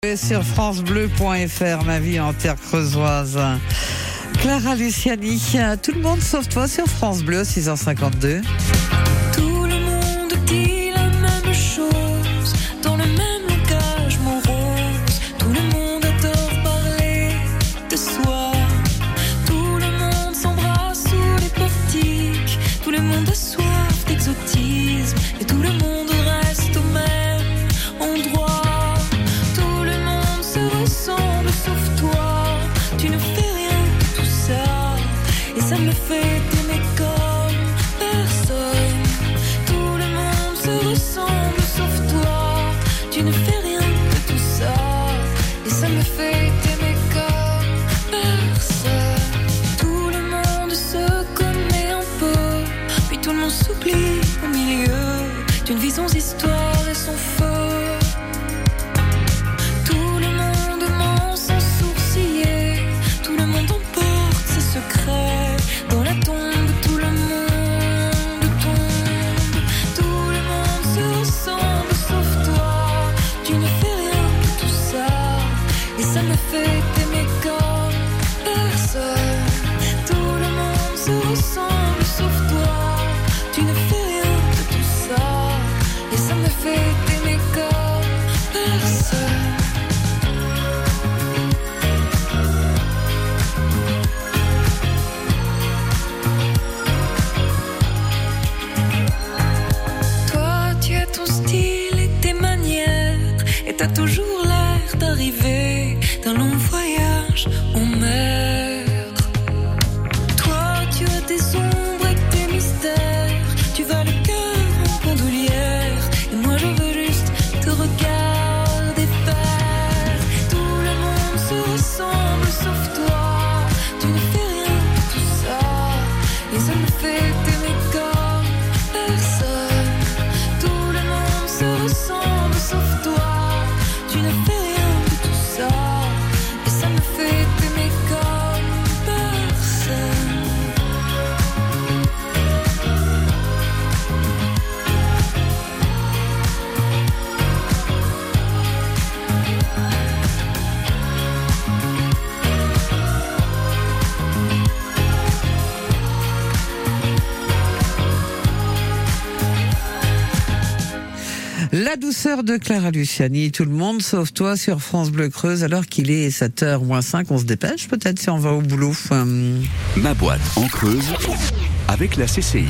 Sur francebleu.fr, ma vie en terre creusoise. Clara Luciani, tout le monde sauf toi sur France Bleu, 6h52. Tout le monde dit la même chose, dans le même langage morose. Tout le monde adore parler de soi. Tout le monde s'embrasse sous les portiques. Tout le monde a soif d'exotisme. Et tout le monde reste au même endroit. Ressemble sauf toi, tu ne fais rien de tout ça, et ça me fait t'aimer comme personne. Tout le monde se ressemble sauf toi, tu ne fais rien de tout ça, et ça me fait t'aimer comme personne. Tout le monde se connaît un peu, puis tout le monde s'oublie au milieu d'une vie sans histoire et sans feu. Secret dans la tombe, tout le monde tombe. Tout le monde se ressemble sauf toi. Tu ne fais rien de tout ça, et ça me fait t'aimer comme personne. Tout le monde se ressemble sauf toi. Tu ne fais rien de tout ça, et ça me fait t'aimer comme personne. T'as toujours l'air d'arriver d'un long voyage en mer. Toi, tu as des ombres et tes mystères. Tu vas le cœur en bandoulière. Et moi, je veux juste te regarder faire. Tout le monde se ressemble sauf toi. Tu ne fais rien de tout ça, et ça me fait t'aimer comme personne. Tout le monde se ressemble sauf toi. Tu ne fais rien de tout ça, et ça me fait t'aimer comme personne. La douceur de Clara Luciani, tout le monde sauf toi sur France Bleu Creuse, alors qu'il est 7h-5, on se dépêche peut-être si on va au boulot. Ma boîte en Creuse avec la CCI.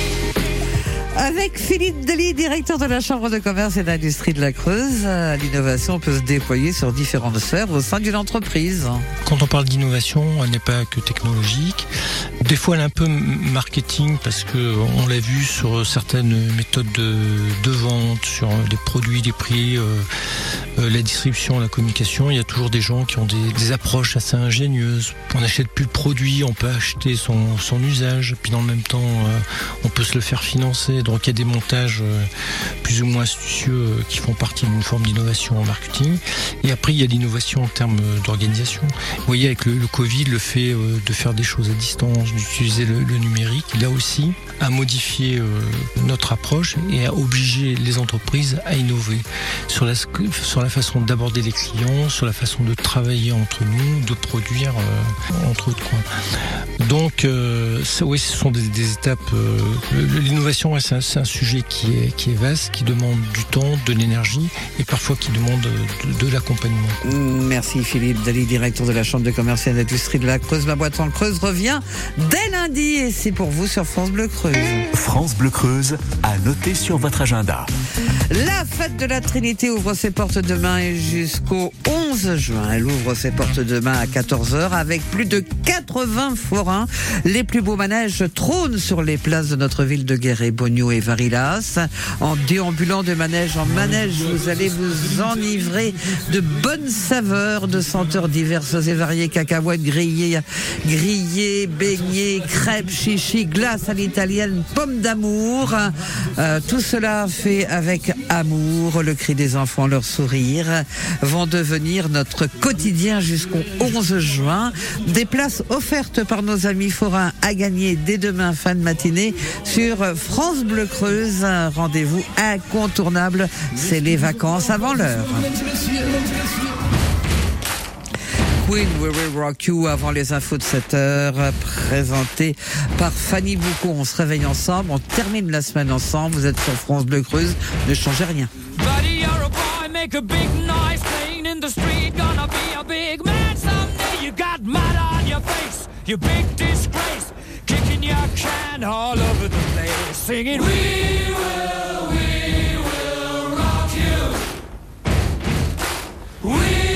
Avec Philippe Delis, directeur de la Chambre de commerce et d'industrie de la Creuse, l'innovation peut se déployer sur différentes sphères au sein d'une entreprise. Quand on parle d'innovation, elle n'est pas que technologique. Des fois, elle est un peu marketing parce que on l'a vu sur certaines méthodes de vente, sur des produits, des prix, la distribution, la communication. Il y a toujours des gens qui ont des approches assez ingénieuses. On n'achète plus de produits, on peut acheter son usage. Puis dans le même temps, on peut se le faire financer. Donc il y a des montages plus ou moins astucieux qui font partie d'une forme d'innovation en marketing. Et après, il y a l'innovation en termes d'organisation. Vous voyez, avec le Covid, le fait de faire des choses à distance, d'utiliser le numérique, là aussi, a modifié notre approche et a obligé les entreprises à innover sur la façon d'aborder les clients, sur la façon de travailler entre nous, de produire entre autres quoi. Donc oui, ce sont des étapes. L'innovation, c'est un sujet qui est vaste, qui demande du temps, de l'énergie et parfois qui demande de l'accompagnement. Merci Philippe Delis, directeur de la Chambre de commerce et d'industrie de la Creuse. Ma boîte en Creuse revient dès lundi et c'est pour vous sur France Bleu Creuse. France Bleu Creuse, à noter sur votre agenda. La fête de la Trinité ouvre ses portes demain et jusqu'au 11 juin. Elle ouvre ses portes demain à 14h avec plus de 80 forains. Les plus beaux manèges trônent sur les places de notre ville de Guéret, Bogno et Varillas. En déambulant de manège en manège, vous allez vous enivrer de bonnes saveurs, de senteurs diverses et variées, cacahuètes grillées, beignets, crêpes, chichis, glace à l'italienne, pommes d'amour. Tout cela fait avec amour. Le cri des enfants, leur sourire vont devenir notre quotidien jusqu'au 11 juin. Des places offertes par nos amis forains à gagner dès demain fin de matinée sur France Bleu Creuse. Rendez-vous à incontournable, c'est les vacances avant l'heure. Queen, We Will Rock You avant les infos de 7h, présenté par Fanny Boucon. On se réveille ensemble, on termine la semaine ensemble. Vous êtes sur France Bleu Creuse, ne changez rien. Buddy, you're a boy, make a big noise, playing in the street, gonna be a big man someday. You got mud on your face, you big disgrace, kicking your can all over the place, singing, we will rock you. We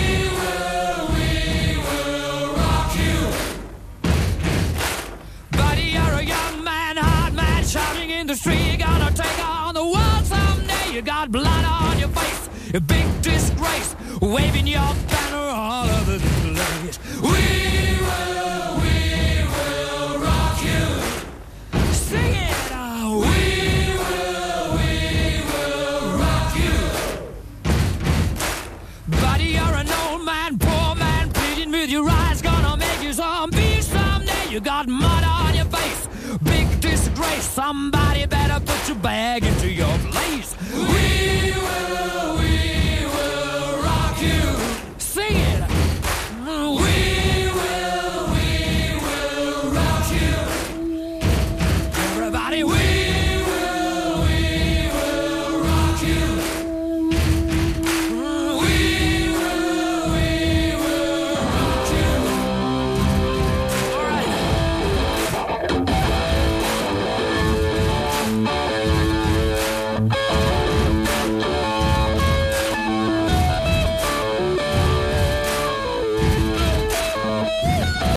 will rock you. Buddy, you're a young man, hard man, shouting in the street, gonna take on the world someday. You got blood on your face, a big disgrace, waving your banner all over the place. We will rock you. Sing it out. We will rock you. Buddy, you're an old man, poor man, pleading with your eyes, gonna make you zombie someday. You got mud on your face, big disgrace, somebody better put your bag into your place. We